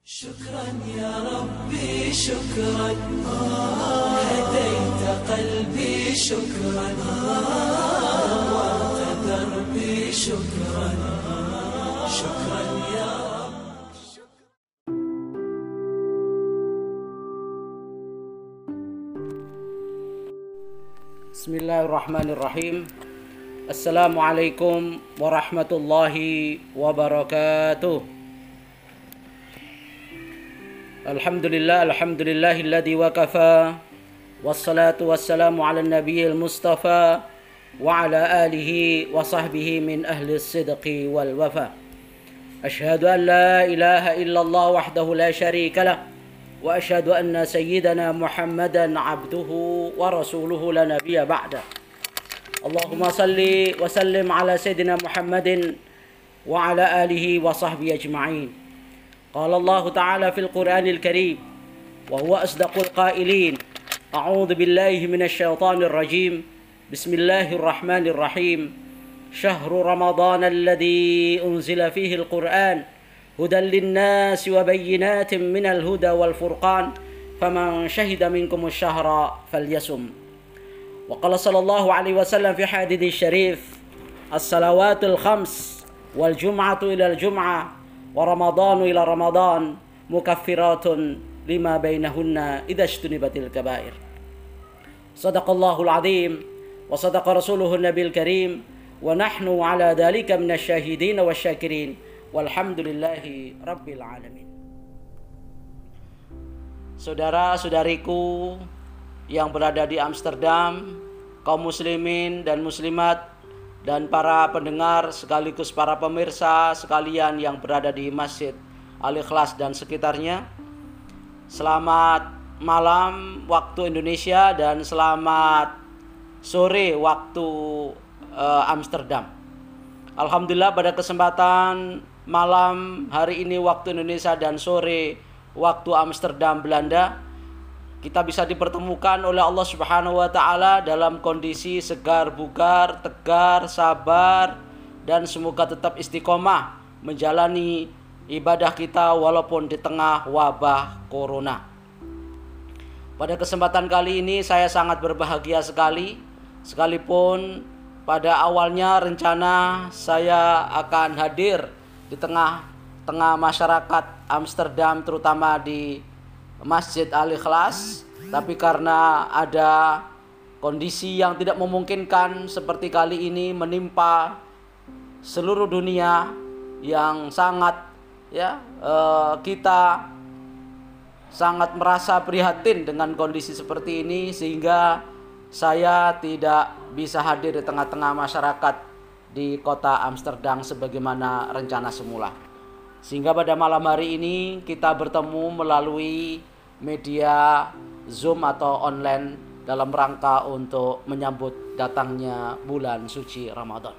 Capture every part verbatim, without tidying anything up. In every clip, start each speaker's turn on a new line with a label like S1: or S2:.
S1: شكرا يا ربي شكرا هديت قلبي شكرا نورت دربي شكرا شكرا يا رب.
S2: بسم الله الرحمن الرحيم. السلام عليكم ورحمة الله وبركاته. Alhamdulillah, alhamdulillahilladzi wa kafa, wassalatu wassalamu ala nabiyil mustafa wa ala alihi wa sahbihi min ahli sidqi wal wafa. Ashhadu an la ilaha illallah wahdahu la sharika lah wa ashhadu anna sayyidana Muhammadan abduhu wa rasuluhu la nabiyya ba'da. Allahumma salli wa sallim ala sayyidina Muhammadin wa ala alihi wa sahbihi ajma'in. قال الله تعالى في القرآن الكريم وهو أصدق القائلين أعوذ بالله من الشيطان الرجيم بسم الله الرحمن الرحيم شهر رمضان الذي أنزل فيه القرآن هدى للناس وبينات من الهدى والفرقان فمن شهد منكم الشهر فليصم. وقال صلى الله عليه وسلم في حديث الشريف الصلوات الخمس والجمعة إلى الجمعة ورمضان إلى رمضان مكفرات لما بينهن إذا اجتنبت الكبائر. صدق الله العظيم وصدق رسوله النبي الكريم ونحن على ذلك من الشاهدين والشاكرين والحمد لله رب العالمين. Saudara-saudariku yang berada di Amsterdam, kaum muslimin dan muslimat dan para pendengar sekaligus para pemirsa sekalian yang berada di Masjid Al-Ikhlas dan sekitarnya. Selamat malam waktu Indonesia dan selamat sore waktu uh, Amsterdam. Alhamdulillah pada kesempatan malam hari ini waktu Indonesia dan sore waktu Amsterdam Belanda, kita bisa dipertemukan oleh Allah Subhanahu wa taala dalam kondisi segar bugar, tegar, sabar, dan semoga tetap istiqomah menjalani ibadah kita walaupun di tengah wabah corona. Pada kesempatan kali ini saya sangat berbahagia sekali, sekalipun pada awalnya rencana saya akan hadir di tengah-tengah masyarakat Amsterdam, terutama di Masjid Al-Ikhlas, tapi karena ada kondisi yang tidak memungkinkan seperti kali ini menimpa seluruh dunia yang sangat ya eh, kita sangat merasa prihatin dengan kondisi seperti ini, sehingga saya tidak bisa hadir di tengah-tengah masyarakat di kota Amsterdam sebagaimana rencana semula. Sehingga pada malam hari ini kita bertemu melalui media Zoom atau online dalam rangka untuk menyambut datangnya bulan suci Ramadan.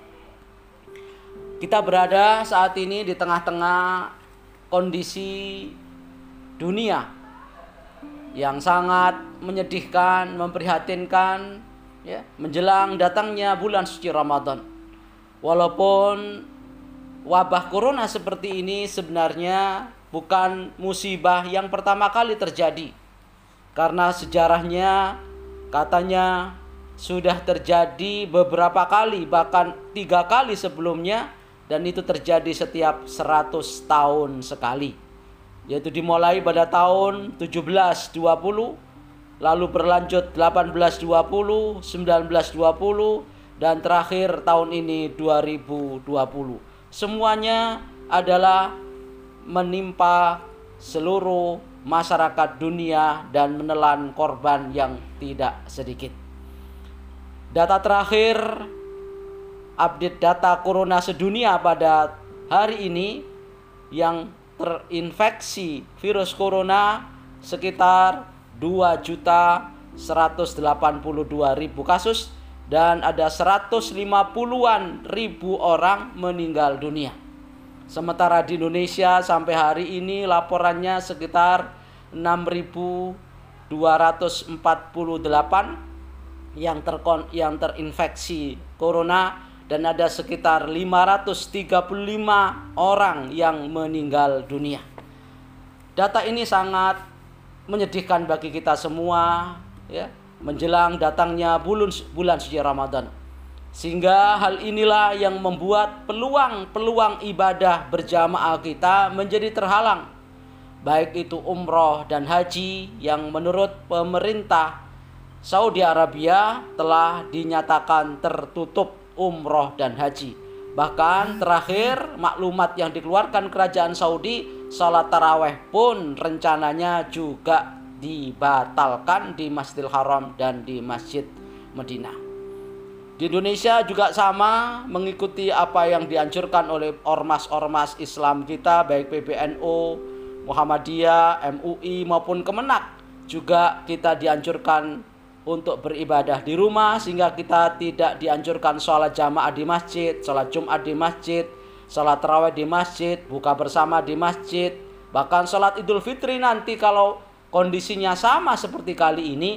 S2: Kita berada saat ini di tengah-tengah kondisi dunia yang sangat menyedihkan, memprihatinkan ya, menjelang datangnya bulan suci Ramadan. Walaupun wabah corona seperti ini sebenarnya bukan musibah yang pertama kali terjadi, karena sejarahnya katanya sudah terjadi beberapa kali, bahkan tiga kali sebelumnya, dan itu terjadi setiap seratus tahun sekali, yaitu dimulai pada tahun tujuh belas dua puluh, lalu berlanjut delapan belas dua puluh, sembilan belas dua puluh, dan terakhir tahun ini dua ribu dua puluh. Semuanya adalah menimpa seluruh masyarakat dunia dan menelan korban yang tidak sedikit. Data terakhir, update data corona sedunia pada hari ini, yang terinfeksi virus corona sekitar dua juta seratus delapan puluh dua ribu kasus, dan ada seratus lima puluhan ribu orang meninggal dunia. Sementara di Indonesia sampai hari ini laporannya sekitar enam ribu dua ratus empat puluh delapan yang terkon yang terinfeksi corona, dan ada sekitar lima ratus tiga puluh lima orang yang meninggal dunia. Data ini sangat menyedihkan bagi kita semua, ya, menjelang datangnya bulan bulan suci Ramadan. Sehingga hal inilah yang membuat peluang-peluang ibadah berjamaah kita menjadi terhalang. Baik itu umroh dan haji yang menurut pemerintah Saudi Arabia telah dinyatakan tertutup umroh dan haji. Bahkan terakhir maklumat yang dikeluarkan kerajaan Saudi, salat taraweh pun rencananya juga dibatalkan di Masjidil Haram dan di Masjid Madinah. Di Indonesia juga sama, mengikuti apa yang dianjurkan oleh ormas-ormas Islam kita, baik P B N U, Muhammadiyah, M U I maupun Kemenak. Juga kita dianjurkan untuk beribadah di rumah, sehingga kita tidak dianjurkan sholat jamaah di masjid, sholat Jumat di masjid, sholat tarawih di masjid, buka bersama di masjid. Bahkan sholat Idul Fitri nanti kalau kondisinya sama seperti kali ini,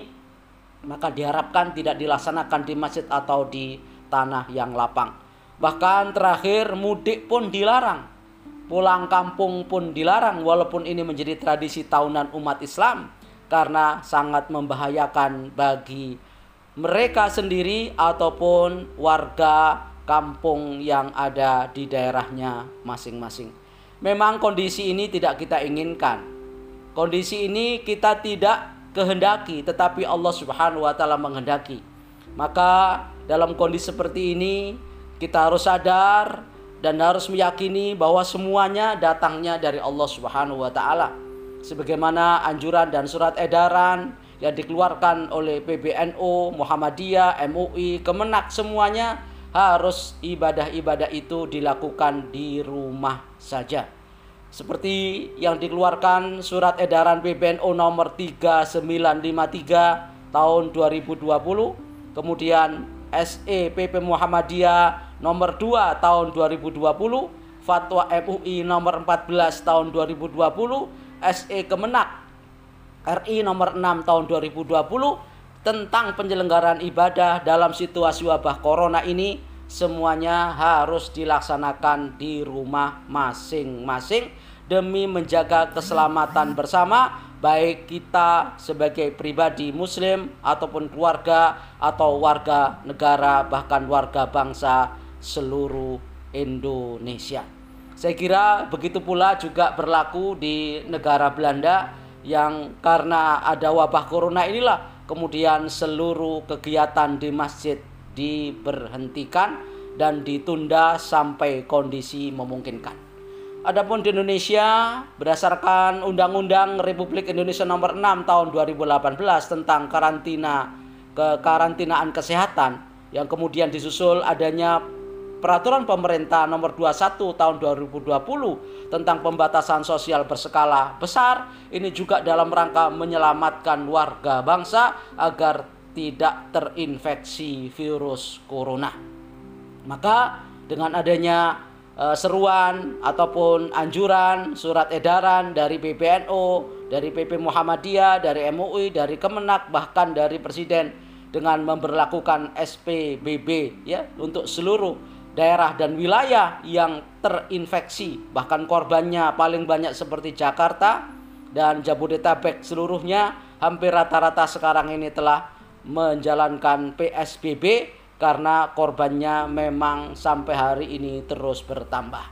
S2: maka diharapkan tidak dilaksanakan di masjid atau di tanah yang lapang. Bahkan terakhir mudik pun dilarang, pulang kampung pun dilarang, walaupun ini menjadi tradisi tahunan umat Islam, karena sangat membahayakan bagi mereka sendiri ataupun warga kampung yang ada di daerahnya masing-masing. Memang kondisi ini tidak kita inginkan. Kondisi ini kita tidak kehendaki, tetapi Allah Subhanahu wa taala menghendaki. Maka dalam kondisi seperti ini kita harus sadar dan harus meyakini bahwa semuanya datangnya dari Allah Subhanahu wa taala. Sebagaimana anjuran dan surat edaran yang dikeluarkan oleh P B N U, Muhammadiyah, M U I, Kemenak, semuanya harus ibadah-ibadah itu dilakukan di rumah saja. Seperti yang dikeluarkan surat edaran P B N U nomor tiga sembilan lima tiga tahun dua ribu dua puluh, kemudian S E P P Muhammadiyah nomor dua tahun dua ribu dua puluh, Fatwa M U I nomor empat belas tahun dua ribu dua puluh, S E Kemenak R I nomor enam tahun dua ribu dua puluh tentang penyelenggaraan ibadah dalam situasi wabah corona ini, semuanya harus dilaksanakan di rumah masing-masing demi menjaga keselamatan bersama, baik kita sebagai pribadi muslim ataupun keluarga atau warga negara, bahkan warga bangsa seluruh Indonesia. Saya kira begitu pula juga berlaku di negara Belanda, yang karena ada wabah corona inilah kemudian seluruh kegiatan di masjid diberhentikan dan ditunda sampai kondisi memungkinkan. Adapun di Indonesia, berdasarkan Undang-Undang Republik Indonesia nomor enam tahun dua ribu delapan belas tentang karantina kekarantinaan kesehatan, yang kemudian disusul adanya Peraturan Pemerintah nomor dua puluh satu tahun dua ribu dua puluh tentang pembatasan sosial berskala besar, ini juga dalam rangka menyelamatkan warga bangsa agar tidak terinfeksi virus corona. Maka dengan adanya e, seruan ataupun anjuran surat edaran dari P B N U, dari P P Muhammadiyah, dari M U I, dari Kemenak, bahkan dari Presiden dengan memberlakukan S P B B ya untuk seluruh daerah dan wilayah yang terinfeksi, bahkan korbannya paling banyak seperti Jakarta dan Jabodetabek seluruhnya, hampir rata-rata sekarang ini telah menjalankan P S B B karena korbannya memang sampai hari ini terus bertambah.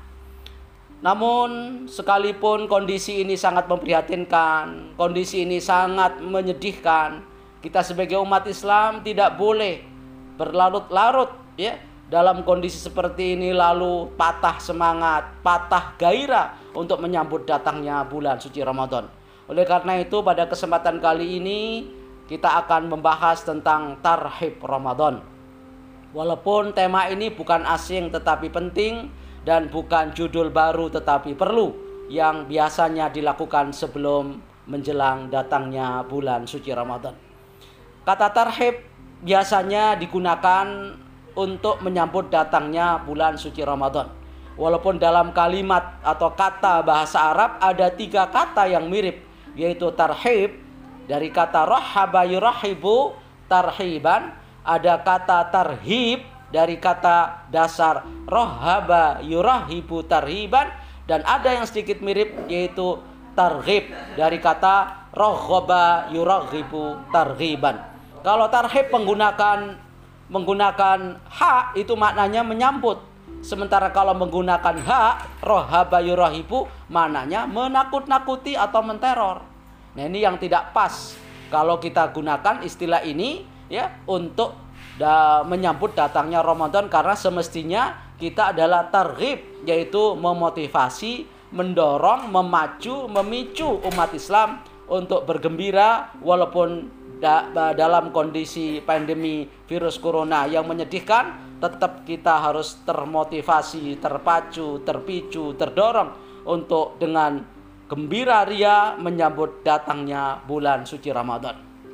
S2: Namun sekalipun kondisi ini sangat memprihatinkan, kondisi ini sangat menyedihkan, kita sebagai umat Islam tidak boleh berlarut-larut ya dalam kondisi seperti ini lalu patah semangat, patah gairah untuk menyambut datangnya bulan suci Ramadan. Oleh karena itu pada kesempatan kali ini kita akan membahas tentang Tarhib Ramadan. Walaupun tema ini bukan asing tetapi penting dan bukan judul baru tetapi perlu yang biasanya dilakukan sebelum menjelang datangnya bulan suci Ramadan. Kata tarhib biasanya digunakan untuk menyambut datangnya bulan suci Ramadan. Walaupun dalam kalimat atau kata bahasa Arab ada tiga kata yang mirip, yaitu tarhib dari kata rahaba yurahibu tarhiban, ada kata tarhib dari kata dasar rohaba yurahibu tarhiban, dan ada yang sedikit mirip yaitu targhib, dari kata raghaba yuraghibu targhiban. Kalau tarhib menggunakan menggunakan ha itu maknanya menyambut. Sementara kalau menggunakan ha, rohaba yurahibu, maknanya menakut-nakuti atau menteror. Nah, ini yang tidak pas kalau kita gunakan istilah ini ya untuk da, menyambut datangnya Ramadan, karena semestinya kita adalah targhib, yaitu memotivasi, mendorong, memacu, memicu umat Islam untuk bergembira walaupun da, dalam kondisi pandemi virus corona yang menyedihkan. Tetap kita harus termotivasi, terpacu, terpicu, terdorong untuk dengan gembira ria menyambut datangnya bulan suci Ramadan.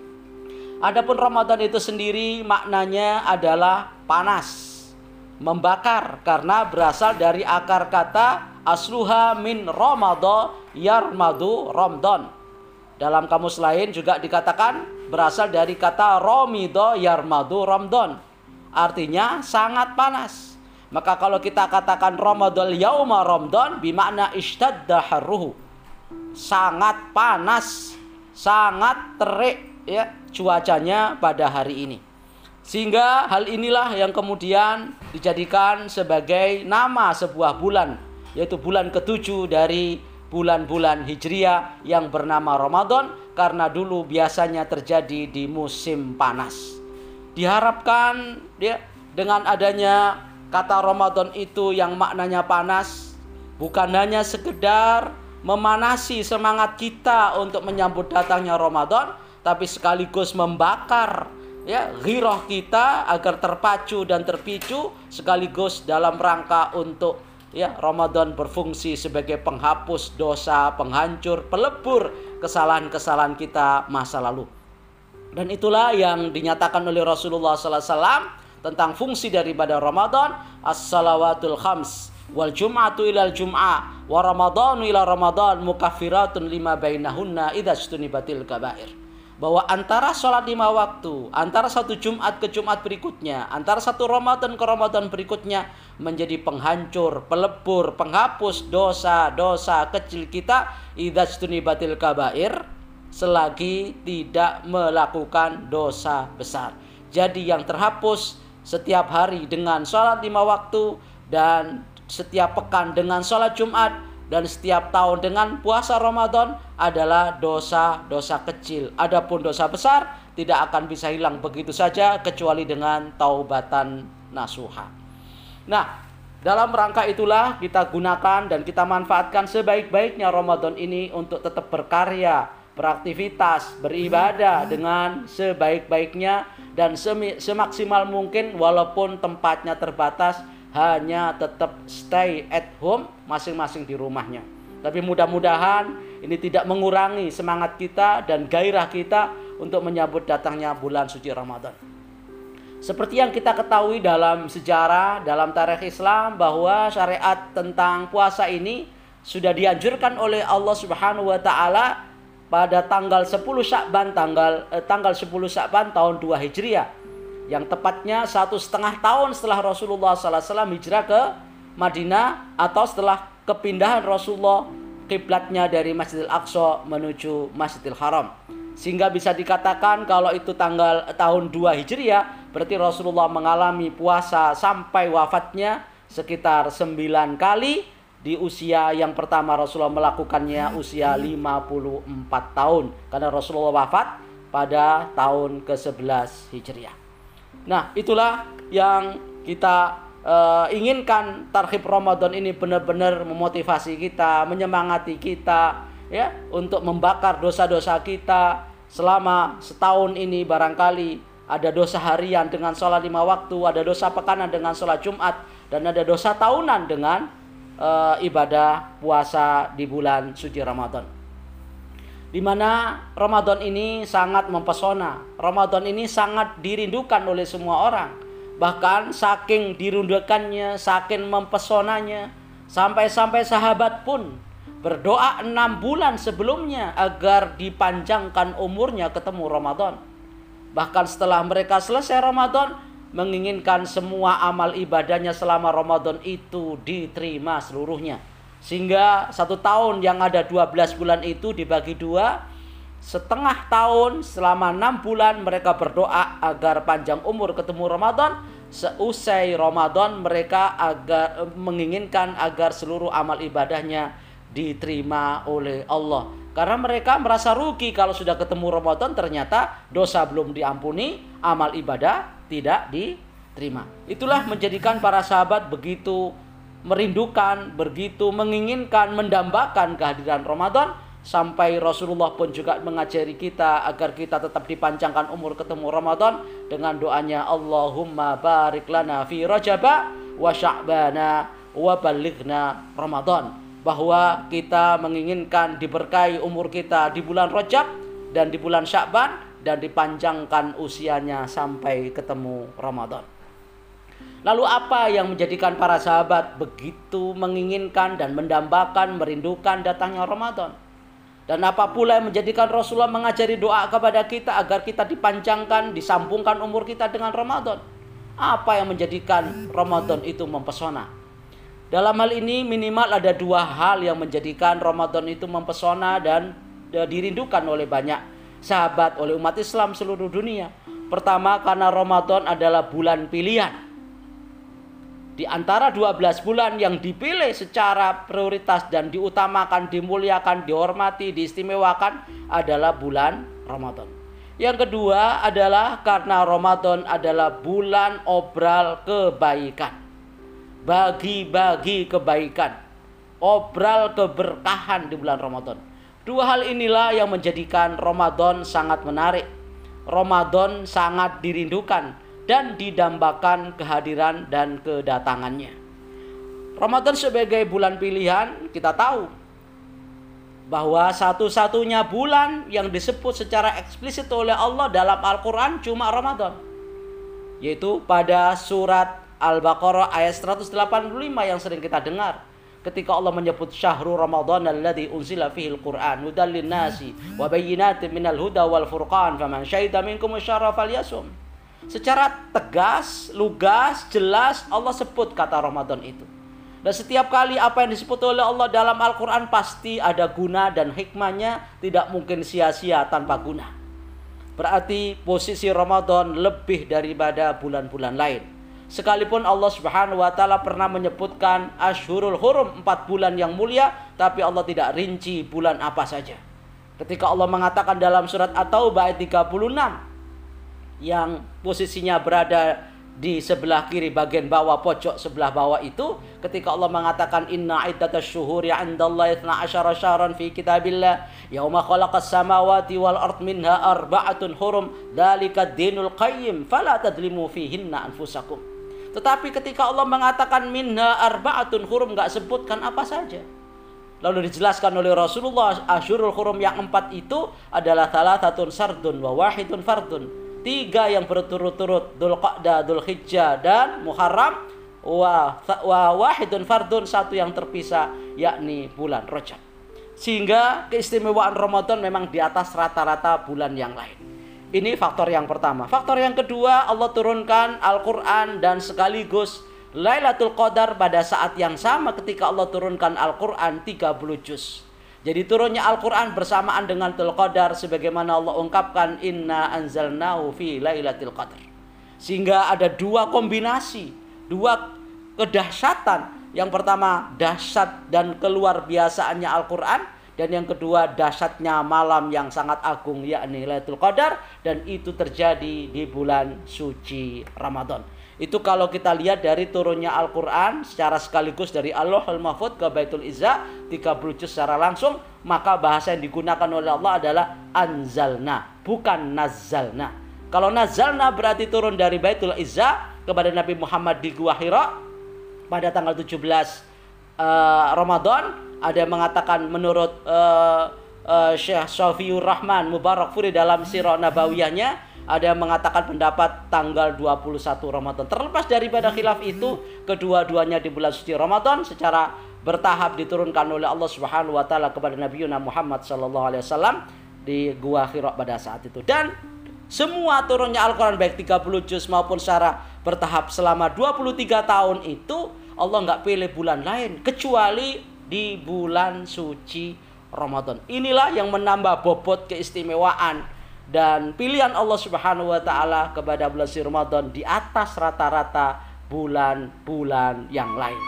S2: Adapun Ramadan itu sendiri maknanya adalah panas, membakar, karena berasal dari akar kata asluha min ramada yarmadu ramdan. Dalam kamus lain juga dikatakan berasal dari kata romido yarmadu ramdan. Artinya sangat panas. Maka kalau kita katakan Ramadan yauma Ramadan bimakna ishtadda harruhu. Sangat panas, sangat terik ya cuacanya pada hari ini. Sehingga hal inilah yang kemudian dijadikan sebagai nama sebuah bulan, yaitu bulan ketujuh dari bulan-bulan Hijriah yang bernama Ramadan, karena dulu biasanya terjadi di musim panas. Diharapkan ya, dengan adanya kata Ramadan itu yang maknanya panas, bukan hanya sekedar memanasi semangat kita untuk menyambut datangnya Ramadan, tapi sekaligus membakar ya ghirah kita agar terpacu dan terpicu, sekaligus dalam rangka untuk ya Ramadan berfungsi sebagai penghapus dosa, penghancur, pelebur kesalahan-kesalahan kita masa lalu. Dan itulah yang dinyatakan oleh Rasulullah sallallahu alaihi wasallam tentang fungsi daripada Ramadan, as-salawatul khams wal jum'atu ilal jum'ah wa ramadhanu ila ramadan mukaffiratun lima bainahunna idza istunibatil kabair. Bahwa antara sholat lima waktu, antara satu Jumat ke Jumat berikutnya, antara satu Ramadan ke Ramadan berikutnya menjadi penghancur, pelebur, penghapus dosa-dosa kecil kita idza istunibatil kabair, selagi tidak melakukan dosa besar. Jadi yang terhapus setiap hari dengan sholat lima waktu, dan setiap pekan dengan sholat Jumat, dan setiap tahun dengan puasa Ramadan adalah dosa-dosa kecil. Adapun dosa besar tidak akan bisa hilang begitu saja kecuali dengan taubatan nasuha. Nah, dalam rangka itulah kita gunakan dan kita manfaatkan sebaik-baiknya Ramadan ini untuk tetap berkarya, beraktivitas, beribadah dengan sebaik-baiknya dan semaksimal mungkin, walaupun tempatnya terbatas, hanya tetap stay at home masing-masing di rumahnya. Tapi mudah-mudahan ini tidak mengurangi semangat kita dan gairah kita untuk menyambut datangnya bulan suci Ramadan. Seperti yang kita ketahui dalam sejarah, dalam tarikh Islam, bahwa syariat tentang puasa ini sudah dianjurkan oleh Allah Subhanahu wa taala pada tanggal sepuluh Sya'ban tanggal eh, tanggal sepuluh Sya'ban tahun dua Hijriah, yang tepatnya satu setengah tahun setelah Rasulullah sallallahu alaihi wasallam hijrah ke Madinah, atau setelah kepindahan Rasulullah kiblatnya dari Masjidil Aqsa menuju Masjidil Haram. Sehingga bisa dikatakan kalau itu tanggal tahun dua Hijriah, berarti Rasulullah mengalami puasa sampai wafatnya sekitar sembilan kali. Di usia yang pertama Rasulullah melakukannya usia lima puluh empat tahun, karena Rasulullah wafat pada tahun ke sebelas Hijriah. Nah, itulah yang kita uh, inginkan. Targhib Ramadan ini benar-benar memotivasi kita, menyemangati kita ya untuk membakar dosa-dosa kita. Selama setahun ini barangkali ada dosa harian dengan sholat lima waktu, ada dosa pekanan dengan sholat Jumat, dan ada dosa tahunan dengan Uh, ibadah puasa di bulan suci Ramadan, di mana Ramadan ini sangat mempesona. Ramadan ini sangat dirindukan oleh semua orang. Bahkan saking dirindukannya, saking mempesonanya, sampai-sampai sahabat pun berdoa enam bulan sebelumnya agar dipanjangkan umurnya ketemu Ramadan. Bahkan setelah mereka selesai Ramadan, menginginkan semua amal ibadahnya selama Ramadan itu diterima seluruhnya. Sehingga satu tahun yang ada dua belas bulan itu dibagi dua, setengah tahun selama enam bulan mereka berdoa agar panjang umur ketemu Ramadan. Seusai Ramadan mereka agar menginginkan agar seluruh amal ibadahnya diterima oleh Allah. Karena mereka merasa rugi kalau sudah ketemu Ramadan ternyata dosa belum diampuni, amal ibadah tidak diterima. Itulah menjadikan para sahabat begitu merindukan, begitu menginginkan, mendambakan kehadiran Ramadan, sampai Rasulullah pun juga mengajari kita agar kita tetap dipanjangkan umur ketemu Ramadan dengan doanya Allahumma barik lana fi Rajaba wa Sya'bana wa balighna Ramadan, bahwa kita menginginkan diberkahi umur kita di bulan Rajab dan di bulan Sya'ban dan dipanjangkan usianya sampai ketemu Ramadan. Lalu apa yang menjadikan para sahabat begitu menginginkan dan mendambakan, merindukan datangnya Ramadan? Dan apa pula yang menjadikan Rasulullah mengajari doa kepada kita agar kita dipanjangkan, disambungkan umur kita dengan Ramadan? Apa yang menjadikan Ramadan itu mempesona? Dalam hal ini minimal ada dua hal yang menjadikan Ramadan itu mempesona dan dirindukan oleh banyak sahabat, oleh umat Islam seluruh dunia. Pertama, karena Ramadan adalah bulan pilihan. Di antara dua belas bulan yang dipilih secara prioritas dan diutamakan, dimuliakan, dihormati, diistimewakan adalah bulan Ramadan. Yang kedua adalah karena Ramadan adalah bulan obral kebaikan. Bagi-bagi kebaikan, obral keberkahan di bulan Ramadan. Dua hal inilah yang menjadikan Ramadan sangat menarik. Ramadan sangat dirindukan dan didambakan kehadiran dan kedatangannya. Ramadan sebagai bulan pilihan, kita tahu bahwa satu-satunya bulan yang disebut secara eksplisit oleh Allah dalam Al-Quran cuma Ramadan, yaitu pada surat Al-Baqarah ayat seratus delapan puluh lima yang sering kita dengar. Ketika Allah menyebut syahrul Ramadan alladzi unzila fihil Qur'an hudal linnasi wa bayyinatin minal huda wal furqan faman syahida minkum asyara falyasum. Secara tegas, lugas, jelas Allah sebut kata Ramadan itu. Dan setiap kali apa yang disebut oleh Allah dalam Al-Quran pasti ada guna dan hikmahnya, tidak mungkin sia-sia tanpa guna. Berarti posisi Ramadan lebih daripada bulan-bulan lain. Sekalipun Allah Subhanahu wa taala pernah menyebutkan Ashhurul Hurum, empat bulan yang mulia, tapi Allah tidak rinci bulan apa saja. Ketika Allah mengatakan dalam surat At-Taubah ayat tiga puluh enam, yang posisinya berada di sebelah kiri bagian bawah pojok sebelah bawah itu, ketika Allah mengatakan inna iddatash syuhuri 'indallahi itsna asyara syahran fi kitabillah yauma khalaqas samawati wal ard minha arba'atun hurum dzalikad dinul qayyim fala tadlimu fihinna anfusakum. Tetapi ketika Allah mengatakan minha arba'atun hurum, enggak sebutkan apa saja. Lalu dijelaskan oleh Rasulullah Ashurul Hurum yang empat itu adalah thalathatun sardun wa wahidun fardun. Tiga yang berturut-turut, Dzulqa'dah, Dzulhijjah dan Muharram, wa, wa wahidun fardun, satu yang terpisah yakni bulan Rajab. Sehingga keistimewaan Ramadan memang di atas rata-rata bulan yang lain. Ini faktor yang pertama. Faktor yang kedua, Allah turunkan Al-Quran dan sekaligus Lailatul Qadar pada saat yang sama ketika Allah turunkan Al-Quran tiga puluh juz. Jadi turunnya Al-Quran bersamaan dengan Lailatul Qadar, sebagaimana Allah ungkapkan inna anzalnahu fi lailatul qadar. Sehingga ada dua kombinasi, dua kedahsyatan. Yang pertama dahsyat dan keluar biasaannya Al-Quran, dan yang kedua dahsyatnya malam yang sangat agung yakni Lailatul Qadar, dan itu terjadi di bulan suci Ramadan. Itu kalau kita lihat dari turunnya Al-Quran secara sekaligus dari Allahul Mahfudz ke Baitul Izzah tiga puluh juz secara langsung, maka bahasa yang digunakan oleh Allah adalah anzalna, bukan nazzalna. Kalau nazzalna berarti turun dari Baitul Izzah kepada Nabi Muhammad di Gua Hira pada tanggal tujuh belas uh, Ramadan. Ada yang mengatakan menurut uh, uh, Syekh Syafiur Rahman Mubarakfuri dalam Sirah Nabawiyahnya, ada yang mengatakan pendapat tanggal dua puluh satu Ramadan. Terlepas daripada khilaf itu, kedua-duanya di bulan suci Ramadan secara bertahap diturunkan oleh Allah Subhanahu wa taala kepada Nabi Muhammad sallallahu alaihi wasallam di Gua Hira pada saat itu. Dan semua turunnya Al-Quran baik tiga puluh juz maupun secara bertahap selama dua puluh tiga tahun itu, Allah nggak pilih bulan lain kecuali di bulan suci Ramadan. Inilah yang menambah bobot keistimewaan dan pilihan Allah Subhanahu wa taala kepada bulan suci Ramadan di atas rata-rata bulan-bulan yang lain.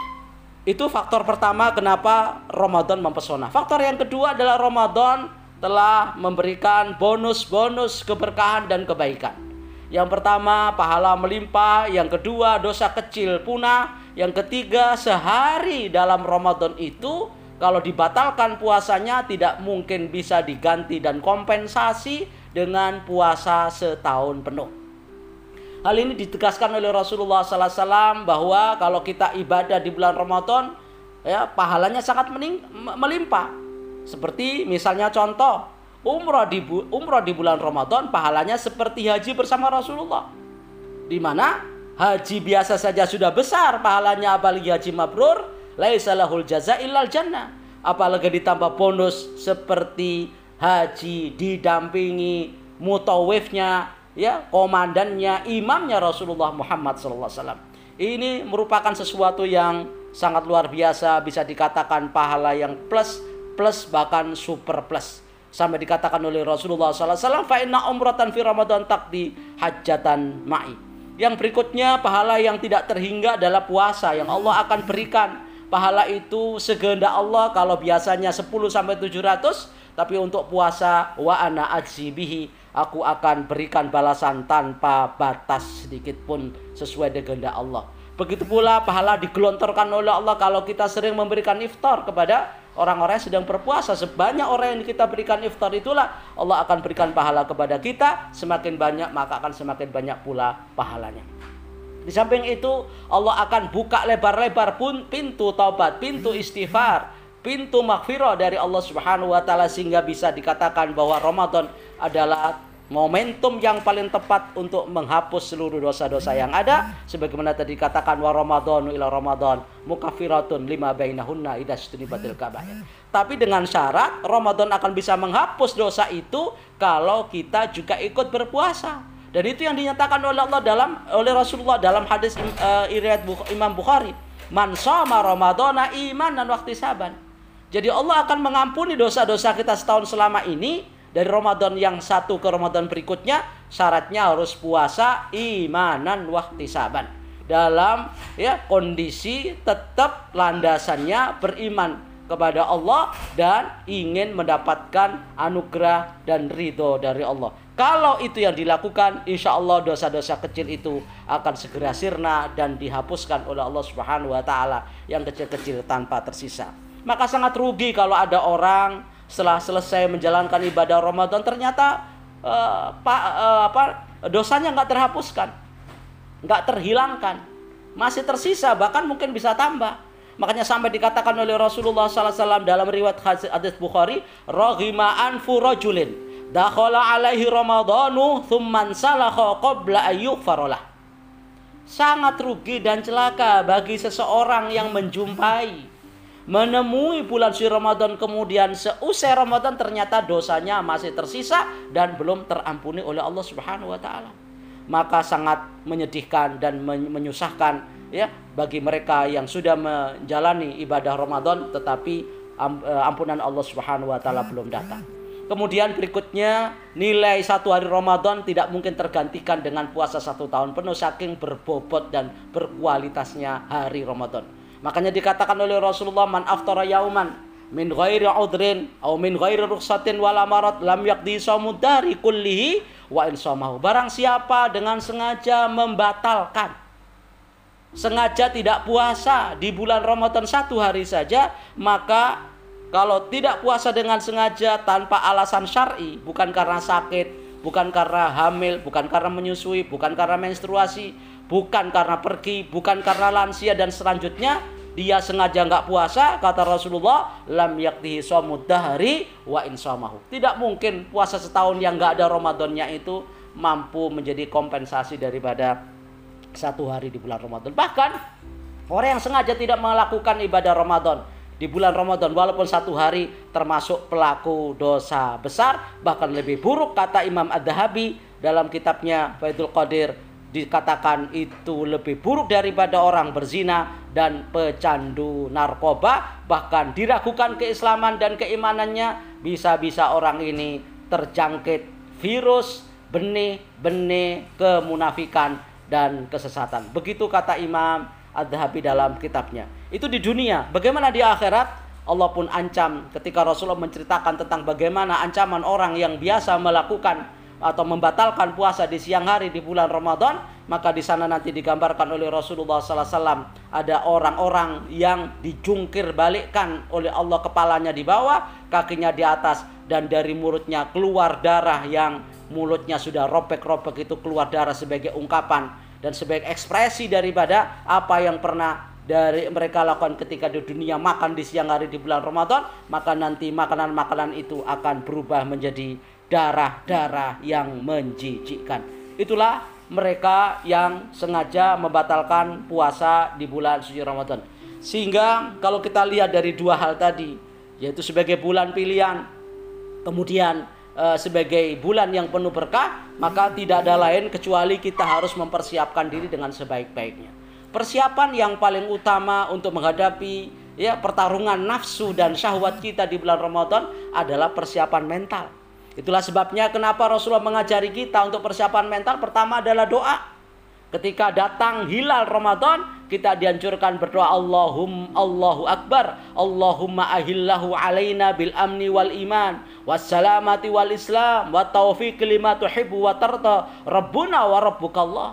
S2: Itu faktor pertama kenapa Ramadan mempesona. Faktor yang kedua adalah Ramadan telah memberikan bonus-bonus keberkahan dan kebaikan. Yang pertama, pahala melimpah. Yang kedua, dosa kecil punah. Yang ketiga, sehari dalam Ramadan itu kalau dibatalkan puasanya tidak mungkin bisa diganti dan kompensasi dengan puasa setahun penuh. Hal ini ditegaskan oleh Rasulullah sallallahu alaihi wasallam bahwa kalau kita ibadah di bulan Ramadan, ya pahalanya sangat mening- melimpah. Seperti misalnya contoh, umrah di bu- umrah di bulan Ramadan pahalanya seperti haji bersama Rasulullah. Di mana haji biasa saja sudah besar pahalanya, apalagi haji mabrur, laisa lahul jaza illal jannah. Apalagi ditambah bonus seperti haji didampingi mutawifnya, ya, komandannya, imamnya Rasulullah Muhammad sallallahu alaihi wasallam. Ini merupakan sesuatu yang sangat luar biasa, bisa dikatakan pahala yang plus plus bahkan super plus. Sampai dikatakan oleh Rasulullah sallallahu alaihi wasallam, fa inna umratan fi Ramadan taqdi hajjatan ma'i. Yang berikutnya, pahala yang tidak terhingga adalah puasa yang Allah akan berikan. Pahala itu sekehendak Allah. Kalau biasanya sepuluh sampai tujuh ratus, tapi untuk puasa wa ana ajzi bihi, aku akan berikan balasan tanpa batas sedikit pun sesuai dengan kehendak Allah. Begitu pula pahala digelontorkan oleh Allah kalau kita sering memberikan iftar kepada orang-orang yang sedang berpuasa. Sebanyak orang yang kita berikan iftar itulah Allah akan berikan pahala kepada kita. Semakin banyak maka akan semakin banyak pula pahalanya. Di samping itu Allah akan buka lebar-lebar pun pintu taubat, pintu istighfar, pintu maghfirah dari Allah Subhanahu wa taala, sehingga bisa dikatakan bahwa Ramadan adalah momentum yang paling tepat untuk menghapus seluruh dosa-dosa yang ada, sebagaimana tadi dikatakan wa ramadhanu ila ramadhan mukaffiratun lima bainahunna idza istunibatil kaba'ir. Tapi dengan syarat Ramadan akan bisa menghapus dosa itu kalau kita juga ikut berpuasa. Dan itu yang dinyatakan oleh Allah dalam oleh Rasulullah dalam hadis uh, riwayat Imam Bukhari, man shoma ramadhana imanan wa ihtisaban. Jadi Allah akan mengampuni dosa-dosa kita setahun selama ini. Dari Ramadan yang satu ke Ramadan berikutnya, syaratnya harus puasa imanan wahtisaban. Dalam ya kondisi tetap landasannya beriman kepada Allah dan ingin mendapatkan anugerah dan ridho dari Allah. Kalau itu yang dilakukan, insya Allah dosa-dosa kecil itu akan segera sirna dan dihapuskan oleh Allah Subhanahu wa taala yang kecil-kecil tanpa tersisa. Maka sangat rugi kalau ada orang setelah selesai menjalankan ibadah Ramadan ternyata uh, pa, uh, apa dosanya nggak terhapuskan, nggak terhilangkan, masih tersisa, bahkan mungkin bisa tambah. Makanya sampai dikatakan oleh Rasulullah sallallahu alaihi wasallam dalam riwayat hadis Bukhari, raghima anfu rajulin dakhala alaihi ramadhanu thumman salakha qabla ayyughfaralah. Sangat rugi dan celaka bagi seseorang yang menjumpai menemui bulan suci Ramadan, kemudian seusai Ramadan ternyata dosanya masih tersisa dan belum terampuni oleh Allah Subhanahu wa taala. Maka sangat menyedihkan dan menyusahkan ya bagi mereka yang sudah menjalani ibadah Ramadan tetapi ampunan Allah Subhanahu wa taala belum datang. Kemudian berikutnya, nilai satu hari Ramadan tidak mungkin tergantikan dengan puasa satu tahun penuh saking berbobot dan berkualitasnya hari Ramadan. Makanya dikatakan oleh Rasulullah, man aftara yauman min ghairi udrin aw min ghairi rukhsatin wala marad lam yaqdi shaumud dari kullihi wa in shamahu. Barang siapa dengan sengaja membatalkan, sengaja tidak puasa di bulan Ramadan satu hari saja, maka kalau tidak puasa dengan sengaja tanpa alasan syar'i, bukan karena sakit, bukan karena hamil, bukan karena menyusui, bukan karena menstruasi, bukan karena pergi, bukan karena lansia dan selanjutnya, dia sengaja nggak puasa, kata Rasulullah, lam yaktihi shaumud dahri wa in shamahu. Tidak mungkin puasa setahun yang nggak ada Ramadannya itu mampu menjadi kompensasi daripada satu hari di bulan Ramadan. Bahkan orang yang sengaja tidak melakukan ibadah Ramadan di bulan Ramadan walaupun satu hari termasuk pelaku dosa besar, bahkan lebih buruk, kata Imam Ad-Dhahabi dalam kitabnya Faidul Qadir dikatakan itu lebih buruk daripada orang berzina dan pecandu narkoba. Bahkan diragukan keislaman dan keimanannya, bisa-bisa orang ini terjangkit virus benih-benih kemunafikan dan kesesatan. Begitu kata Imam Adz-Dzahabi dalam kitabnya. Itu di dunia. Bagaimana di akhirat? Allah pun ancam ketika Rasulullah menceritakan tentang bagaimana ancaman orang yang biasa melakukan atau membatalkan puasa di siang hari di bulan Ramadan. Maka di sana nanti digambarkan oleh Rasulullah sallallahu alaihi wasallam ada orang-orang yang dijungkir balikkan oleh Allah, kepalanya di bawah, kakinya di atas, dan dari mulutnya keluar darah yang mulutnya sudah robek-robek, itu keluar darah sebagai ungkapan dan sebagai ekspresi daripada apa yang pernah dari mereka lakukan ketika di dunia makan di siang hari di bulan Ramadan. Maka nanti makanan-makanan itu akan berubah menjadi darah-darah yang menjijikkan. Itulah mereka yang sengaja membatalkan puasa di bulan suci Ramadan. Sehingga kalau kita lihat dari dua hal tadi, yaitu sebagai bulan pilihan, kemudian e, sebagai bulan yang penuh berkah, maka tidak ada lain kecuali kita harus mempersiapkan diri dengan sebaik-baiknya. Persiapan yang paling utama untuk menghadapi ya pertarungan nafsu dan syahwat kita di bulan Ramadan adalah persiapan mental. Itulah sebabnya kenapa Rasulullah mengajari kita untuk persiapan mental. Pertama adalah doa. Ketika datang hilal Ramadan, kita dianjurkan berdoa Allahum Allahu Akbar, Allahumma ahillahu alaina bil amni wal iman wassalamati wal islam wa taufiq lima tuhibbu wa tarda rabbuna wa rabbukallah.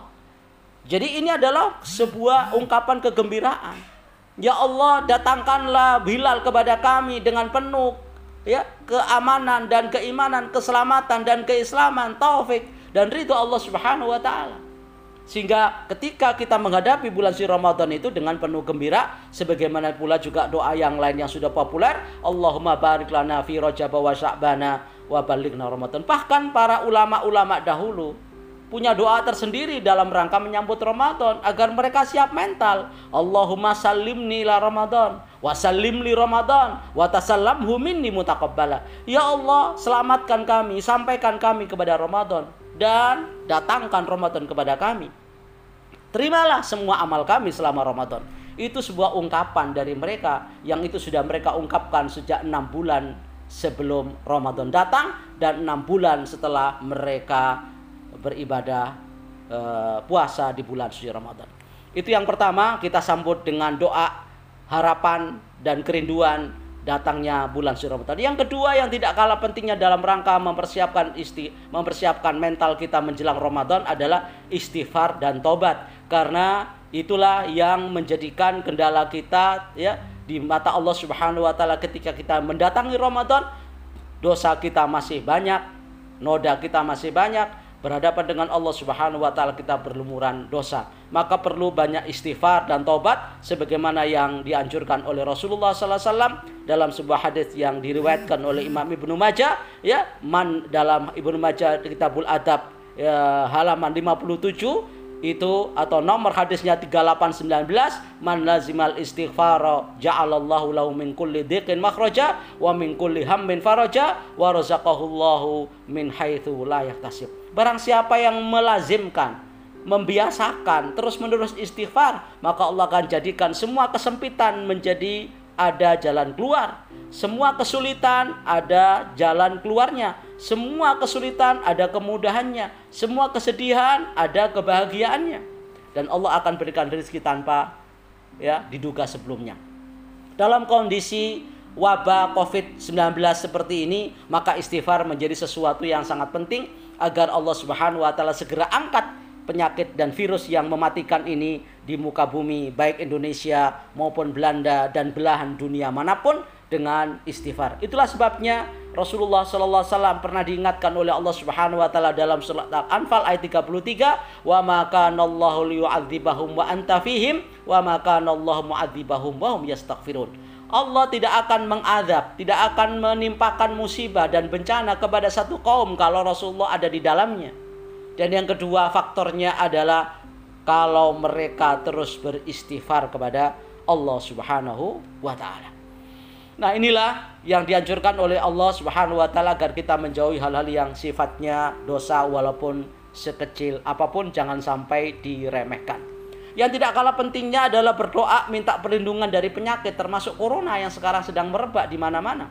S2: Jadi ini adalah sebuah ungkapan kegembiraan. Ya Allah, datangkanlah hilal kepada kami dengan penuh ya keamanan dan keimanan, keselamatan dan keislaman, taufik dan ridho Allah Subhanahu wa taala. Sehingga ketika kita menghadapi bulan suci Ramadan itu dengan penuh gembira, sebagaimana pula juga doa yang lain yang sudah populer, Allahumma barik lana fi Rajab wa Sya'bana wa balighna Ramadan. Bahkan para ulama-ulama dahulu punya doa tersendiri dalam rangka menyambut Ramadan agar mereka siap mental. Allahumma sallimni ila Ramadan wa sallim li Ramadan wa tasallamhu minni mutaqabbala. Ya Allah, selamatkan kami, sampaikan kami kepada Ramadan dan datangkan Ramadan kepada kami. Terimalah semua amal kami selama Ramadan. Itu sebuah ungkapan dari mereka yang itu sudah mereka ungkapkan sejak enam bulan sebelum Ramadan datang dan enam bulan setelah mereka beribadah e, puasa di bulan suci Ramadan. Itu yang pertama, kita sambut dengan doa, harapan dan kerinduan datangnya bulan suci Ramadan. Yang kedua yang tidak kalah pentingnya dalam rangka mempersiapkan isti, mempersiapkan mental kita menjelang Ramadan adalah istighfar dan tobat. Karena itulah yang menjadikan kendala kita ya di mata Allah Subhanahu wa taala ketika kita mendatangi Ramadan. Dosa kita masih banyak, noda kita masih banyak, berhadapan dengan Allah Subhanahu wa taala kita berlumuran dosa. Maka perlu banyak istighfar dan taubat sebagaimana yang dianjurkan oleh Rasulullah sallallahu alaihi wasallam dalam sebuah hadis yang diriwayatkan oleh Imam Ibnu Majah ya, man dalam Ibnu Majah Kitabul Adab ya, halaman lima puluh tujuh itu atau nomor hadisnya tiga delapan sembilan belas, man lazimal istighfara ja'alallahu lahu min kulli dhiqin makhraja wa min kulli hammin faraja wa razaqahullahu min haitsu la yahtasib. Barang siapa yang melazimkan, membiasakan terus-menerus istighfar, maka Allah akan jadikan semua kesempitan menjadi ada jalan keluar. Semua kesulitan ada jalan keluarnya. Semua kesulitan ada kemudahannya. Semua kesedihan ada kebahagiaannya. Dan Allah akan berikan rezeki tanpa ya diduga sebelumnya. Dalam kondisi wabah covid sembilan belas seperti ini, maka istighfar menjadi sesuatu yang sangat penting agar Allah Subhanahu wa taala segera angkat penyakit dan virus yang mematikan ini di muka bumi, baik Indonesia maupun Belanda dan belahan dunia manapun, dengan istighfar. Itulah sebabnya Rasulullah sallallahu alaihi wasallam pernah diingatkan oleh Allah Subhanahu wa taala dalam surat Al-Anfal ayat tiga puluh tiga, "Wa ma kana Allahu liyu'adzibahum wa anta fihim wa ma kana Allahu mu'adzibahum wa hum yastaghfirun." Allah tidak akan mengadab, tidak akan menimpakan musibah dan bencana kepada satu kaum kalau Rasulullah ada di dalamnya. Dan yang kedua faktornya adalah kalau mereka terus beristighfar kepada Allah Subhanahu wa taala. Nah, inilah yang dianjurkan oleh Allah Subhanahu wa taala agar kita menjauhi hal-hal yang sifatnya dosa walaupun sekecil apapun jangan sampai diremehkan. Yang tidak kalah pentingnya adalah berdoa minta perlindungan dari penyakit termasuk corona yang sekarang sedang merebak di mana-mana.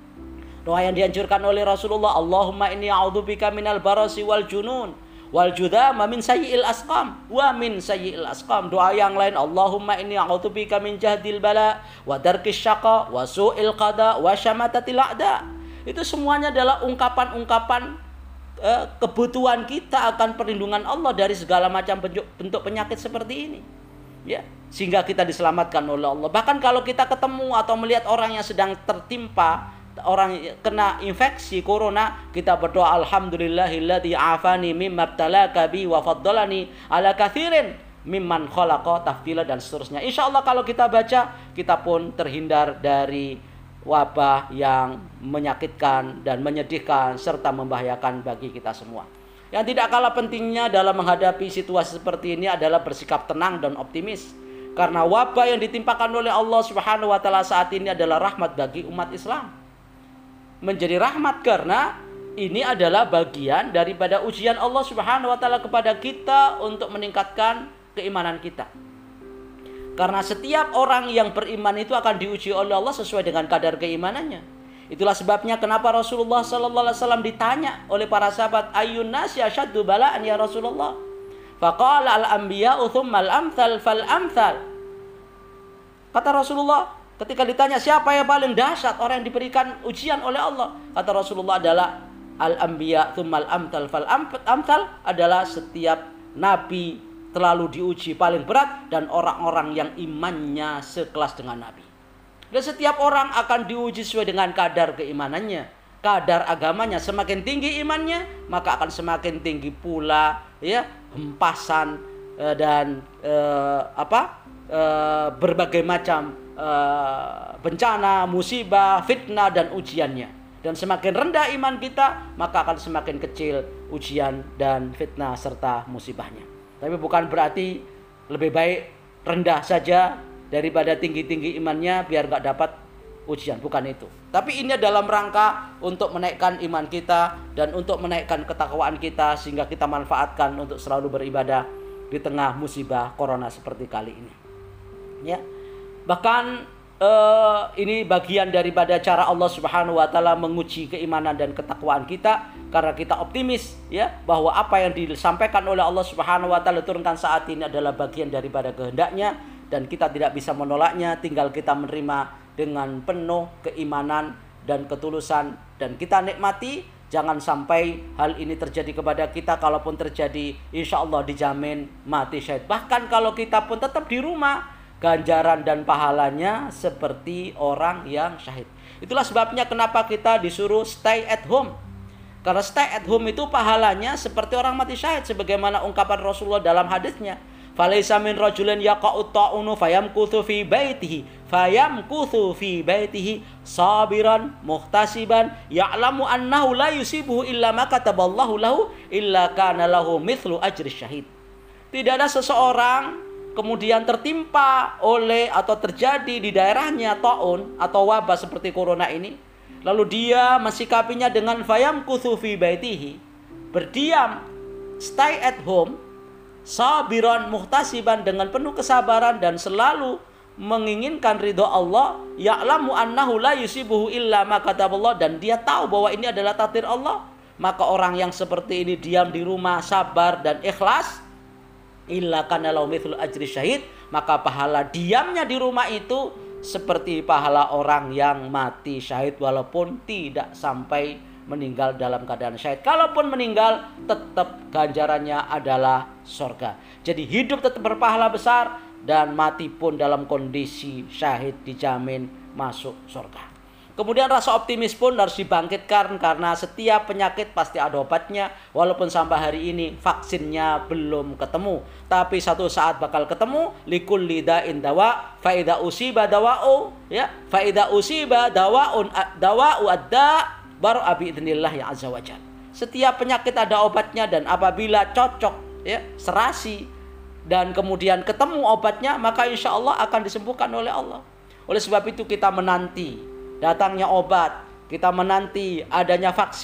S2: Doa yang dianjurkan oleh Rasulullah, Allahumma inni a'udzubika minal barasi wal junun wal judama min sayyi'il asqam wa min sayyi'il asqam. Doa yang lain, Allahumma inni a'udzubika min jahdil bala wa darkis syaqa wa su'il qada wa syamatatil a'da. Itu semuanya adalah ungkapan-ungkapan eh, kebutuhan kita akan perlindungan Allah dari segala macam bentuk, bentuk penyakit seperti ini. Ya, sehingga kita diselamatkan oleh Allah. Bahkan kalau kita ketemu atau melihat orang yang sedang tertimpa, orang kena infeksi corona, kita berdoa alhamdulillahilladzi afani mimma ibtalaka bi wa faddalani ala katsirin mimman khalaqa tafdila dan seterusnya. Insyaallah kalau kita baca, kita pun terhindar dari wabah yang menyakitkan dan menyedihkan serta membahayakan bagi kita semua. Yang tidak kalah pentingnya dalam menghadapi situasi seperti ini adalah bersikap tenang dan optimis. Karena wabah yang ditimpakan oleh Allah Subhanahu wa taala saat ini adalah rahmat bagi umat Islam. Menjadi rahmat karena ini adalah bagian daripada ujian Allah Subhanahu wa taala kepada kita untuk meningkatkan keimanan kita. Karena setiap orang yang beriman itu akan diuji oleh Allah sesuai dengan kadar keimanannya. Itulah sebabnya kenapa Rasulullah sallallahu alaihi wasallam ditanya oleh para sahabat, ayyun nasi asyaddu bala'an ya Rasulullah? Faqala al-anbiya'u tsumma al-amthal fal-amthal. Kata Rasulullah, ketika ditanya siapa yang paling dahsyat orang yang diberikan ujian oleh Allah, kata Rasulullah adalah al-anbiya tsumma al-amthal fal-amthal, adalah setiap nabi terlalu diuji paling berat dan orang-orang yang imannya sekelas dengan Nabi. Dan setiap orang akan diuji sesuai dengan kadar keimanannya, kadar agamanya. Semakin tinggi imannya, maka akan semakin tinggi pula ya hempasan eh, dan eh, apa eh, berbagai macam eh, bencana, musibah, fitnah dan ujiannya. Dan semakin rendah iman kita, maka akan semakin kecil ujian dan fitnah serta musibahnya. Tapi bukan berarti lebih baik rendah saja daripada tinggi-tinggi imannya biar gak dapat ujian. Bukan itu. Tapi ini dalam rangka untuk menaikkan iman kita dan untuk menaikkan ketakwaan kita sehingga kita manfaatkan untuk selalu beribadah di tengah musibah corona seperti kali ini. Ya. Bahkan uh, ini bagian daripada cara Allah Subhanahu wa taala menguji keimanan dan ketakwaan kita karena kita optimis ya bahwa apa yang disampaikan oleh Allah Subhanahu wa taala turunkan saat ini adalah bagian daripada kehendaknya dan kita tidak bisa menolaknya, tinggal kita menerima dengan penuh keimanan dan ketulusan dan kita nikmati. Jangan sampai hal ini terjadi kepada kita. Kalaupun terjadi, insya Allah dijamin mati syahid. Bahkan kalau kita pun tetap di rumah, ganjaran dan pahalanya seperti orang yang syahid. Itulah sebabnya kenapa kita disuruh stay at home. Karena stay at home itu pahalanya seperti orang mati syahid. Sebagaimana ungkapan Rasulullah dalam hadisnya. Falaisa min rajulin yaqa'u ta'unu fayamkuthu fi baitihi fayamkuthu fi baitihi sabiran muhtasiban ya'lamu annahu la yusibuhu illa ma kataballahu lahu illa kana lahu mithlu ajri syahid. Tidak ada seseorang kemudian tertimpa oleh atau terjadi di daerahnya ta'un atau wabah seperti corona ini, lalu dia mensikapinya dengan fayamkuthu fi baitihi, berdiam, stay at home, sabiran muhtasiban, dengan penuh kesabaran dan selalu menginginkan ridho Allah, ya'lamu annahu la yusibuhu illa ma kataballah, dan dia tahu bahwa ini adalah takdir Allah. Maka orang yang seperti ini diam di rumah, sabar dan ikhlas, illa kana lahu mithlu ajri syahid, maka pahala diamnya di rumah itu seperti pahala orang yang mati syahid walaupun tidak sampai meninggal dalam keadaan syahid. Kalaupun meninggal, tetap ganjarannya adalah surga. Jadi hidup tetap berpahala besar dan mati pun dalam kondisi syahid dijamin masuk surga. Kemudian rasa optimis pun harus dibangkitkan karena setiap penyakit pasti ada obatnya. Walaupun sampai hari ini vaksinnya belum ketemu, tapi satu saat bakal ketemu. Likulli da'in dawa, fa idza usiba dawa'u, ya, fa idza usiba dawa'un dawa'u adda baru biidznillah ya azza wajalla. Setiap penyakit ada obatnya dan apabila cocok ya serasi dan kemudian ketemu obatnya, maka insya Allah akan disembuhkan oleh Allah. Oleh sebab itu kita menanti datangnya obat, kita menanti adanya vaksin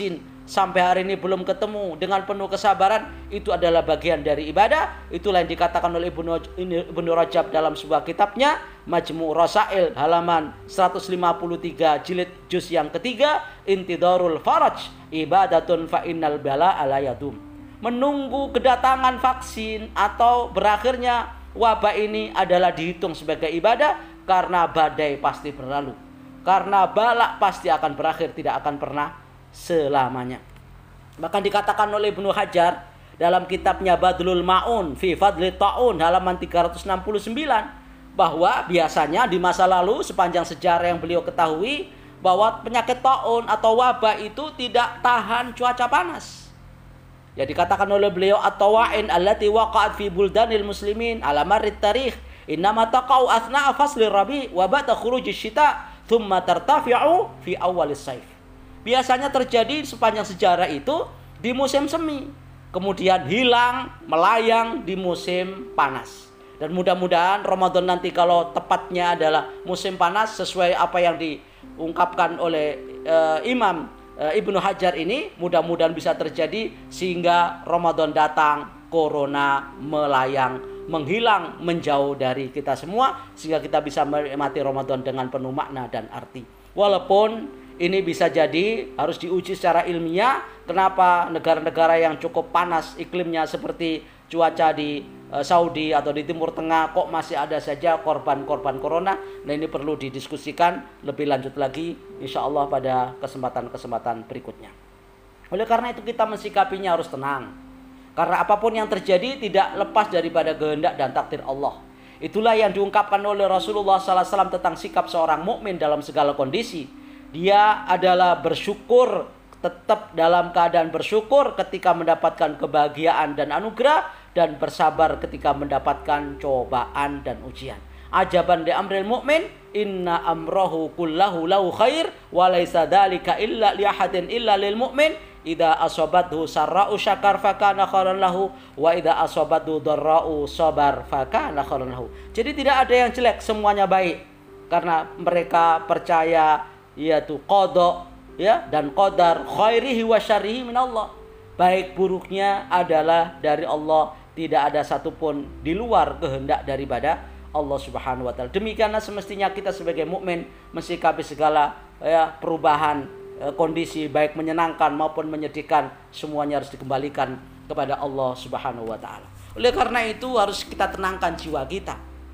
S2: sampai hari ini belum ketemu dengan penuh kesabaran, itu adalah bagian dari ibadah. Itulah yang dikatakan oleh Ibnu Ibnu Rajab dalam sebuah kitabnya Majmu' Rasail halaman seratus lima puluh tiga jilid juz yang ketiga, Intidarul Faraj ibadatun fa innal bala'a la yadum. Menunggu kedatangan vaksin atau berakhirnya wabah ini adalah dihitung sebagai ibadah, karena badai pasti berlalu, karena balak pasti akan berakhir, tidak akan pernah selamanya. Bahkan dikatakan oleh Ibnu Hajar dalam kitabnya Badlul Ma'un fi Fadli Ta'un halaman tiga ratus enam puluh sembilan, bahwa biasanya di masa lalu sepanjang sejarah yang beliau ketahui, bahwa penyakit ta'un atau wabah itu tidak tahan cuaca panas. Ya, dikatakan oleh beliau at-tawa'in allati waqa'at fi buldanil muslimin ala marrit tarikh innama taqa'u athna'a fasli rabi wa ba'da khurujis syita thumma tartafi'u fi awalis saif. Biasanya terjadi sepanjang sejarah itu di musim semi, kemudian hilang, melayang di musim panas. Dan mudah-mudahan Ramadan nanti kalau tepatnya adalah musim panas sesuai apa yang diungkapkan oleh uh, Imam uh, Ibnu Hajar ini, mudah-mudahan bisa terjadi sehingga Ramadan datang, corona melayang, menghilang, menjauh dari kita semua, sehingga kita bisa menikmati Ramadan dengan penuh makna dan arti. Walaupun ini bisa jadi harus diuji secara ilmiah, kenapa negara-negara yang cukup panas iklimnya seperti cuaca di uh, Saudi atau di Timur Tengah kok masih ada saja korban-korban corona. Nah, ini perlu didiskusikan lebih lanjut lagi insya Allah pada kesempatan-kesempatan berikutnya. Oleh karena itu kita mensikapinya harus tenang, karena apapun yang terjadi tidak lepas daripada kehendak dan takdir Allah. Itulah yang diungkapkan oleh Rasulullah sallallahu alaihi wasallam tentang sikap seorang mukmin dalam segala kondisi. Dia adalah bersyukur, tetap dalam keadaan bersyukur ketika mendapatkan kebahagiaan dan anugerah, dan bersabar ketika mendapatkan cobaan dan ujian. Ajaban li amril mu'min, inna amrahu kullahu lahu khair wa laisa dzalika illa li ahadin illa lil mu'min. Idza asabathu sarra'u syakar fakana khairan lahu wa idza asabathu dharra'u sabar fakana khairan lahu. Jadi tidak ada yang jelek, semuanya baik, karena mereka percaya yaitu qada ya dan qadar khairihi wa syarrihi minallah. Baik buruknya adalah dari Allah, tidak ada satupun di luar kehendak daripada Allah Subhanahu wa taala. Demikianlah semestinya kita sebagai mukmin mensikapi segala ya perubahan e, kondisi baik menyenangkan maupun menyedihkan, semuanya harus dikembalikan kepada Allah Subhanahu wa taala. Oleh karena itu harus kita tenangkan jiwa kita.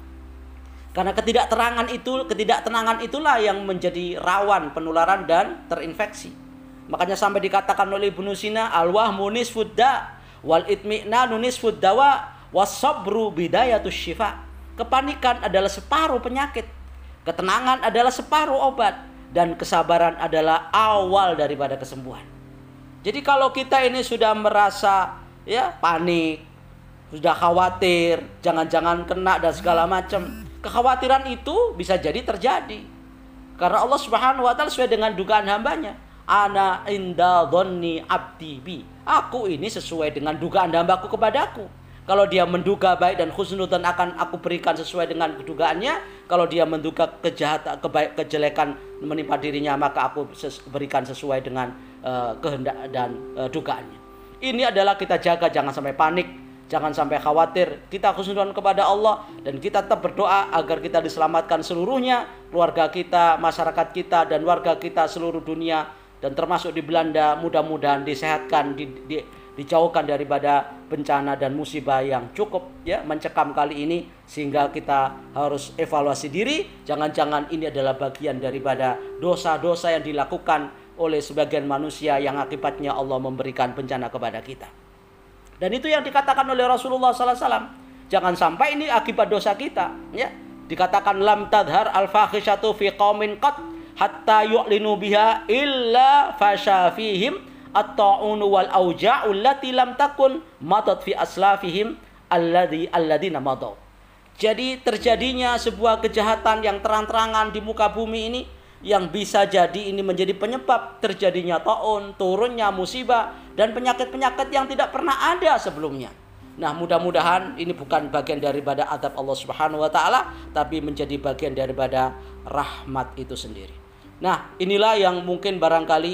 S2: Karena ketidakterangan itu, ketidaktenangan itulah yang menjadi rawan penularan dan terinfeksi. Makanya sampai dikatakan oleh Ibnu Sina, al-wahmu nisfud da wal itmi'nanu nisfud dawa was-sabru bidayatus syifa. Kepanikan adalah separuh penyakit, ketenangan adalah separuh obat, dan kesabaran adalah awal daripada kesembuhan. Jadi kalau kita ini sudah merasa ya panik, sudah khawatir, jangan-jangan kena dan segala macam, kekhawatiran itu bisa jadi terjadi. Karena Allah Subhanahu wa taala sesuai dengan dugaan hambanya. Ana inda dhonni abdi bi. Aku ini sesuai dengan dugaan hambaku kepadaku. Kalau dia menduga baik dan husnudzon akan aku berikan sesuai dengan dugaannya. Kalau dia menduga kejahatan, kebaik, kejelekan menimpa dirinya, maka aku ses- berikan sesuai dengan uh, kehendak dan uh, dugaannya. Ini adalah kita jaga, jangan sampai panik, jangan sampai khawatir. Kita husnudzon kepada Allah dan kita tetap berdoa agar kita diselamatkan seluruhnya, keluarga kita, masyarakat kita, dan warga kita seluruh dunia, dan termasuk di Belanda, mudah-mudahan disehatkan, di, di, dijauhkan daripada bencana dan musibah yang cukup ya mencekam kali ini, sehingga kita harus evaluasi diri. Jangan-jangan ini adalah bagian daripada dosa-dosa yang dilakukan oleh sebagian manusia yang akibatnya Allah memberikan bencana kepada kita. Dan itu yang dikatakan oleh Rasulullah sallallahu alaihi wasallam. Jangan sampai ini akibat dosa kita. Ya, dikatakan lam tadhar al-fakhishatu fi qaumin qat hatta yu'linu biha illa fashafihim at-ta'un wal auja'u allati lam takun matat fi aslafihim alladhi alladhina madaw. Jadi terjadinya sebuah kejahatan yang terang-terangan di muka bumi ini, yang bisa jadi ini menjadi penyebab terjadinya ta'un, turunnya musibah dan penyakit-penyakit yang tidak pernah ada sebelumnya. Nah, mudah-mudahan ini bukan bagian daripada adab Allah Subhanahu wa taala, tapi menjadi bagian daripada rahmat itu sendiri. Nah, inilah yang mungkin barangkali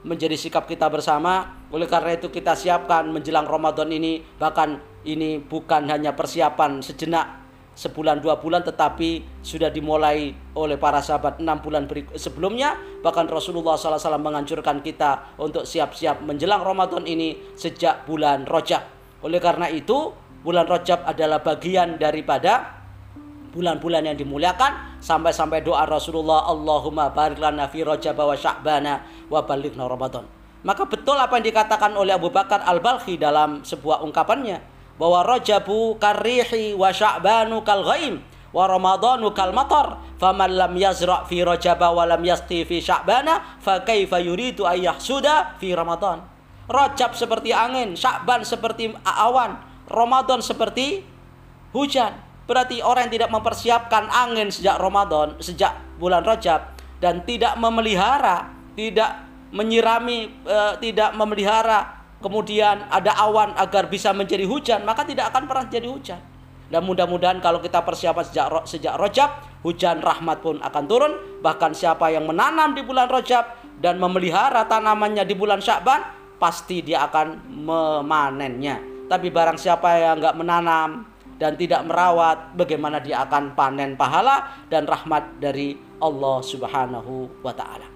S2: menjadi sikap kita bersama. Oleh karena itu kita siapkan menjelang Ramadan ini, bahkan ini bukan hanya persiapan sejenak sebulan dua bulan, tetapi sudah dimulai oleh para sahabat enam bulan sebelumnya. Bahkan Rasulullah shallallahu alaihi wasallam menganjurkan kita untuk siap-siap menjelang Ramadan ini sejak bulan Rajab. Oleh karena itu bulan Rajab adalah bagian daripada bulan-bulan yang dimuliakan, sampai-sampai doa Rasulullah, Allahumma barik lana fi Rajab wa Sya'bana wa balighna Ramadan. Maka betul apa yang dikatakan oleh Abu Bakar Al-Balkhi dalam sebuah ungkapannya, bahwa Rajabu karihi wa Sya'banu kal ghaim wa Ramadanu kal matar, faman lam yazra' fi Rajab wa lam yasqi fi Sya'bana fa kaifa yuridu ay yahsuda fi Ramadan. Rajab seperti angin, Sya'ban seperti awan, Ramadan seperti hujan. Berarti orang yang tidak mempersiapkan angin sejak Ramadan, sejak bulan Rajab, dan tidak memelihara, tidak menyirami, e, tidak memelihara, kemudian ada awan agar bisa menjadi hujan, maka tidak akan pernah jadi hujan. Dan mudah-mudahan kalau kita persiapan sejak sejak Rajab, hujan rahmat pun akan turun. Bahkan siapa yang menanam di bulan Rajab dan memelihara tanamannya di bulan Sya'ban, pasti dia akan memanennya. Tapi barang siapa yang enggak menanam dan tidak merawat, bagaimana dia akan panen pahala dan rahmat dari Allah Subhanahu wa ta'ala.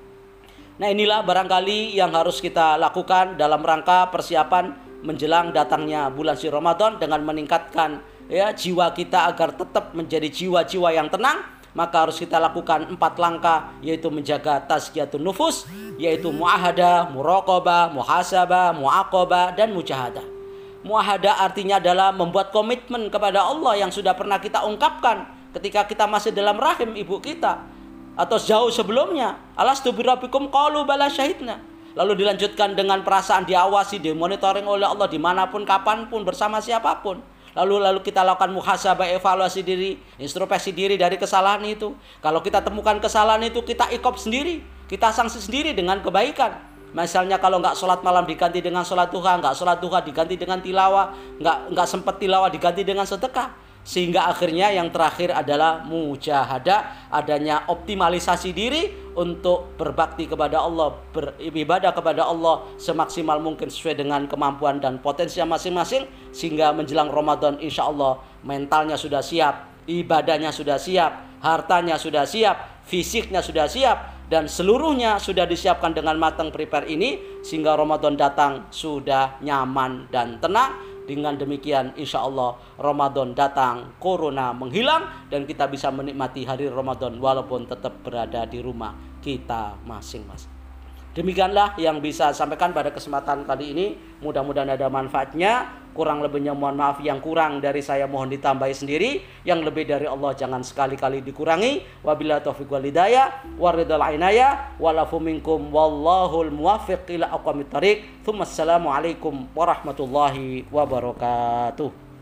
S2: Nah, inilah barangkali yang harus kita lakukan dalam rangka persiapan menjelang datangnya bulan suci Ramadan, dengan meningkatkan ya jiwa kita agar tetap menjadi jiwa-jiwa yang tenang. Maka harus kita lakukan empat langkah, yaitu menjaga tazkiyatun nufus, yaitu muahadah, muraqabah, muhasabah, muaqabah, dan mujahadah. Muahadah artinya adalah membuat komitmen kepada Allah yang sudah pernah kita ungkapkan ketika kita masih dalam rahim ibu kita, atau jauh sebelumnya. Alastu birabbikum qalu bala syahidna. Lalu dilanjutkan dengan perasaan diawasi, dimonitoring oleh Allah dimanapun, kapanpun, bersama siapapun. Lalu lalu kita lakukan muhasabah, evaluasi diri, introspeksi diri dari kesalahan itu. Kalau kita temukan kesalahan itu, kita ikop sendiri, kita sanksi sendiri dengan kebaikan. Misalnya kalau nggak sholat malam diganti dengan sholat duha, nggak sholat duha diganti dengan tilawah, nggak nggak sempat tilawah diganti dengan sedekah. Sehingga akhirnya yang terakhir adalah mujahadah, adanya optimalisasi diri untuk berbakti kepada Allah, beribadah kepada Allah semaksimal mungkin sesuai dengan kemampuan dan potensi masing-masing. Sehingga menjelang Ramadan insya Allah mentalnya sudah siap, ibadahnya sudah siap, hartanya sudah siap, fisiknya sudah siap, dan seluruhnya sudah disiapkan dengan matang prepare ini, sehingga Ramadan datang sudah nyaman dan tenang. Dengan demikian insya Allah Ramadan datang, corona menghilang, dan kita bisa menikmati hari Ramadan walaupun tetap berada di rumah kita masing-masing. Demikianlah yang bisa saya sampaikan pada kesempatan kali ini. Mudah-mudahan ada manfaatnya. Kurang lebihnya mohon maaf, yang kurang dari saya mohon ditambahi sendiri, yang lebih dari Allah jangan sekali-kali dikurangi. Wabillahi taufiq wal hidayah waridal inayah walafu minkum wallahul muwaffiq ila aqwamit thariq. Tsumma assalamu alaikum warahmatullahi wabarakatuh.